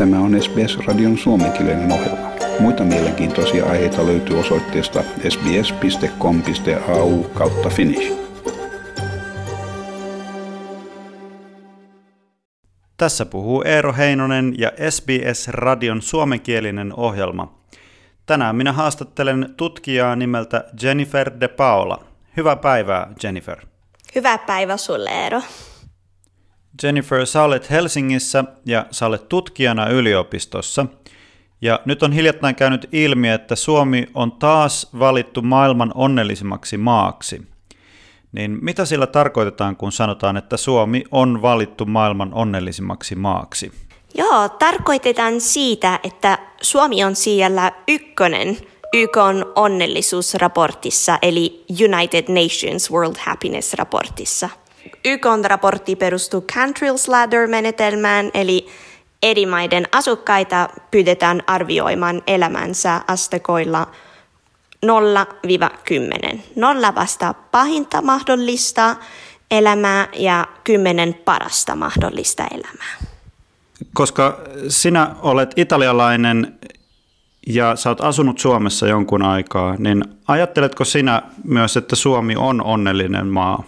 Tämä on SBS-radion suomenkielinen ohjelma. Muita mielenkiintoisia aiheita löytyy osoitteesta sbs.com.au/finnish. Tässä puhuu Eero Heinonen ja SBS-radion suomenkielinen ohjelma. Tänään minä haastattelen tutkijaa nimeltä Jennifer De Paola. Hyvää päivää, Jennifer. Hyvää päivää sulle, Eero. Jennifer, sä olet Helsingissä ja sä olet tutkijana yliopistossa. Ja nyt on hiljattain käynyt ilmi, että Suomi on taas valittu maailman onnellisimmaksi maaksi. Niin mitä sillä tarkoitetaan, kun sanotaan, että Suomi on valittu maailman onnellisimmaksi maaksi? Joo, tarkoitetaan siitä, että Suomi on siellä ykkönen YK:n onnellisuusraportissa, eli United Nations World Happiness-raportissa. YK:n raportti perustuu Cantrill's Ladder-menetelmään, eli eri maiden asukkaita pyydetään arvioimaan elämänsä asteikoilla 0-10. 0 vastaa pahinta mahdollista elämää ja 10 parasta mahdollista elämää. Koska sinä olet italialainen ja sä oot asunut Suomessa jonkun aikaa, niin ajatteletko sinä myös, että Suomi on onnellinen maa?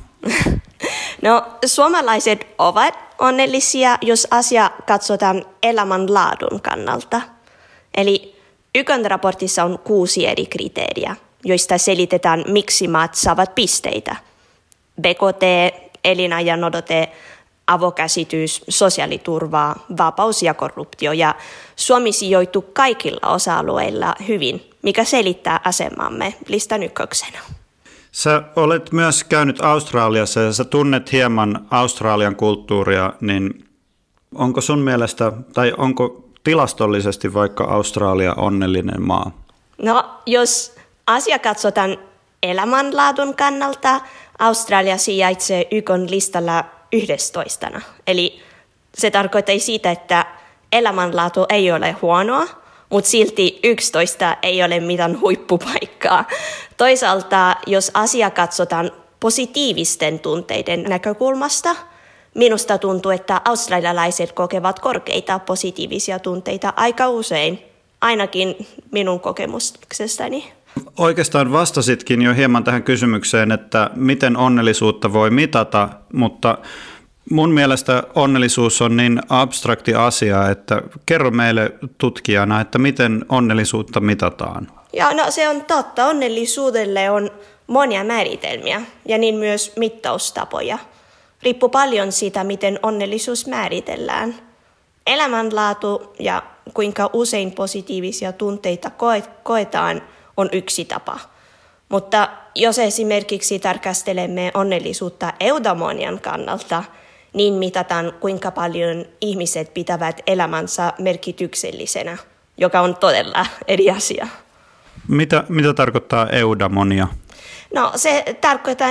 No, suomalaiset ovat onnellisia, jos asia katsotaan elämänlaadun kannalta. Eli YK:n raportissa on 6 eri kriteeriä, joista selitetään, miksi maat saavat pisteitä. BKT, elinajannodote, avokäsitys, sosiaaliturva, vapaus ja korruptio. Ja Suomi sijoittuu kaikilla osa-alueilla hyvin, mikä selittää asemamme listan ykköksenä. Sä olet myös käynyt Australiassa ja sä tunnet hieman Australian kulttuuria, niin onko sun mielestä, tai onko tilastollisesti vaikka Australia onnellinen maa? No, jos asia katsotaan elämänlaadun kannalta, Australia sijaitsee YK:n listalla 11. Eli se tarkoittaa sitä, että elämänlaatu ei ole huonoa, mutta silti 11 ei ole mitään huippupaikkaa. Toisaalta, jos asia katsotaan positiivisten tunteiden näkökulmasta, minusta tuntuu, että australialaiset kokevat korkeita positiivisia tunteita aika usein, ainakin minun kokemuksestani. Oikeastaan vastasitkin jo hieman tähän kysymykseen, että miten onnellisuutta voi mitata, mutta mun mielestä onnellisuus on niin abstrakti asia, että kerro meille tutkijana, että miten onnellisuutta mitataan. Joo, no se on totta. Onnellisuudelle on monia määritelmiä ja niin myös mittaustapoja. Riippuu paljon siitä, miten onnellisuus määritellään. Elämänlaatu ja kuinka usein positiivisia tunteita koetaan on yksi tapa. Mutta jos esimerkiksi tarkastelemme onnellisuutta eudamonian kannalta, niin mitataan kuinka paljon ihmiset pitävät elämänsä merkityksellisenä, joka on todella eri asia. Mitä tarkoittaa eudamonia? No se tarkoittaa,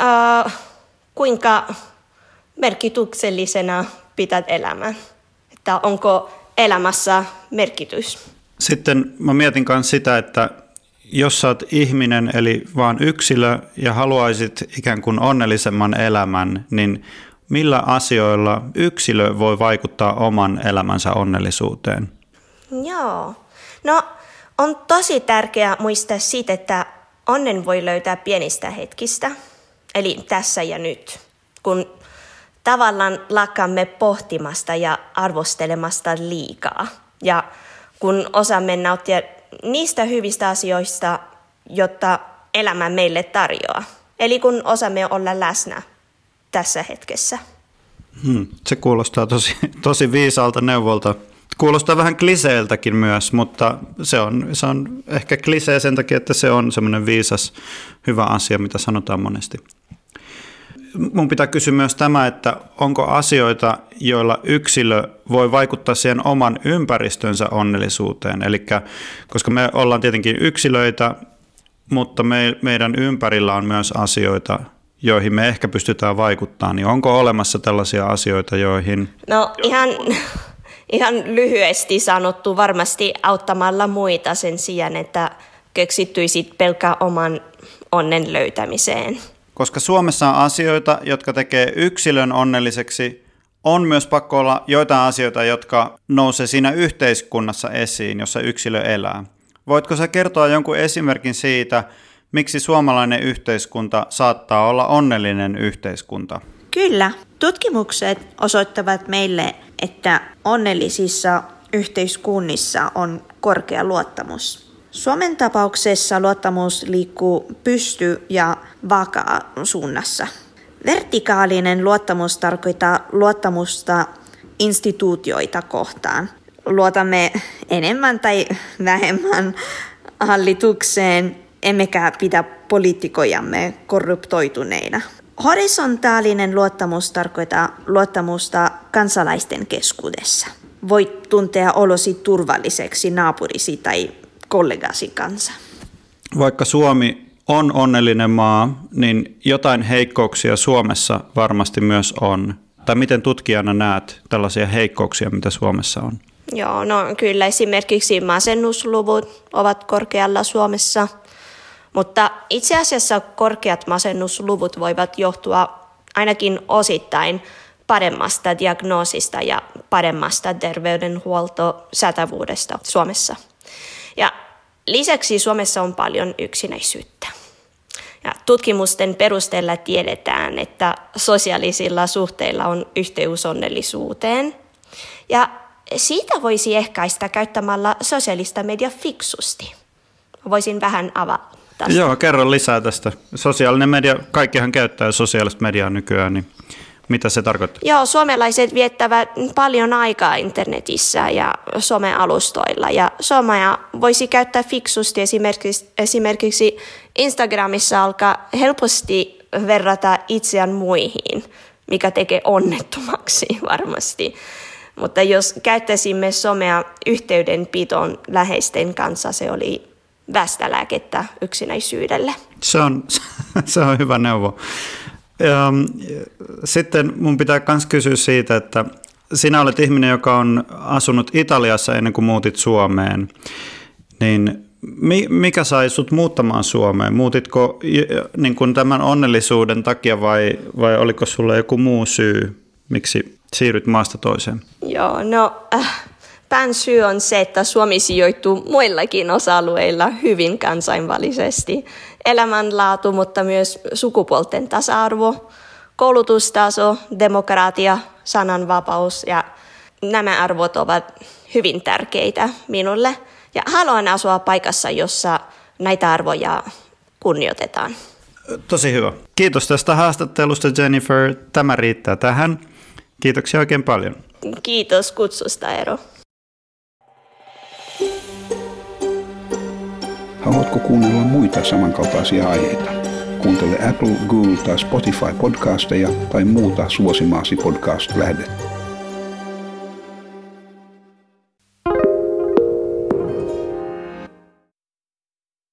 kuinka merkityksellisenä pidät elämän, että onko elämässä merkitys. Sitten mä mietin myös sitä, että jos sä oot ihminen eli vaan yksilö ja haluaisit ikään kuin onnellisemman elämän, niin millä asioilla yksilö voi vaikuttaa oman elämänsä onnellisuuteen? Joo. No on tosi tärkeää muistaa siitä, että onnen voi löytää pienistä hetkistä, eli tässä ja nyt, kun tavallaan lakkaamme pohtimasta ja arvostelemasta liikaa ja kun osaamme nauttia niistä hyvistä asioista, jotta elämä meille tarjoaa. Eli kun osaamme olla läsnä tässä hetkessä. Se kuulostaa tosi viisaalta neuvolta. Kuulostaa vähän kliseeltäkin myös, mutta se on ehkä klisee sen takia, että se on semmoinen viisas, hyvä asia, mitä sanotaan monesti. Mun pitää kysyä myös tämä, että onko asioita, joilla yksilö voi vaikuttaa siihen oman ympäristönsä onnellisuuteen. Eli koska me ollaan tietenkin yksilöitä, mutta meidän ympärillä on myös asioita, joihin me ehkä pystytään vaikuttamaan. Niin onko olemassa tällaisia asioita, joihin... No ihan lyhyesti sanottu, varmasti auttamalla muita sen sijaan, että keksittyisit pelkää oman onnen löytämiseen. Koska Suomessa on asioita, jotka tekee yksilön onnelliseksi, on myös pakko olla joitain asioita, jotka nousee siinä yhteiskunnassa esiin, jossa yksilö elää. Voitko sä kertoa jonkun esimerkin siitä, miksi suomalainen yhteiskunta saattaa olla onnellinen yhteiskunta? Kyllä. Tutkimukset osoittavat meille, että onnellisissa yhteiskunnissa on korkea luottamus. Suomen tapauksessa luottamus liikkuu pysty- ja vaaka-suunnassa. Vertikaalinen luottamus tarkoittaa luottamusta instituutioita kohtaan. Luotamme enemmän tai vähemmän hallitukseen, emmekä pidä poliitikojamme korruptoituneina. Horisontaalinen luottamus tarkoittaa luottamusta kansalaisten keskuudessa. Voit tuntea olosi turvalliseksi naapurisi tai kollegasi kanssa. Vaikka Suomi on onnellinen maa, niin jotain heikkouksia Suomessa varmasti myös on. Tai miten tutkijana näet tällaisia heikkouksia, mitä Suomessa on? Joo, no kyllä esimerkiksi masennusluvut ovat korkealla Suomessa, mutta itse asiassa korkeat masennusluvut voivat johtua ainakin osittain paremmasta diagnoosista ja paremmasta terveydenhuoltosaatavuudesta Suomessa. Ja lisäksi Suomessa on paljon yksinäisyyttä. Ja tutkimusten perusteella tiedetään, että sosiaalisilla suhteilla on yhteys onnellisuuteen. Ja siitä voisi ehkäistä käyttämällä sosiaalista mediaa fiksusti. Voisin vähän avata tästä. Joo, kerro lisää tästä. Sosiaalinen media, kaikkihan käyttää sosiaalista mediaa nykyään, niin mitä se tarkoittaa? Joo, suomalaiset viettävät paljon aikaa internetissä ja somealustoilla. Ja somea voisi käyttää fiksusti esimerkiksi Instagramissa alkaa helposti verrata itseään muihin, mikä tekee onnettomaksi varmasti. Mutta jos käyttäisimme somea yhteydenpitoon läheisten kanssa, se oli västälääkettä yksinäisyydelle. Se on hyvä neuvo. Sitten mun pitää myös kysyä siitä, että sinä olet ihminen, joka on asunut Italiassa ennen kuin muutit Suomeen, niin mikä sai sut muuttamaan Suomeen? Muutitko niin kuin tämän onnellisuuden takia vai oliko sulla joku muu syy, miksi siirryt maasta toiseen? Joo, syy on se, että Suomi sijoittuu muillakin osa-alueilla hyvin kansainvälisesti. Elämänlaatu, mutta myös sukupuolten tasa-arvo, koulutustaso, demokratia, sananvapaus ja nämä arvot ovat hyvin tärkeitä minulle. Ja haluan asua paikassa, jossa näitä arvoja kunnioitetaan. Tosi hyvä. Kiitos tästä haastattelusta, Jennifer. Tämä riittää tähän. Kiitoksia oikein paljon. Kiitos kutsusta, Eero. Haluatko kuunnella muita samankaltaisia aiheita? Kuuntele Apple, Google tai Spotify podcasteja tai muuta suosimaasi podcast-lähdettä.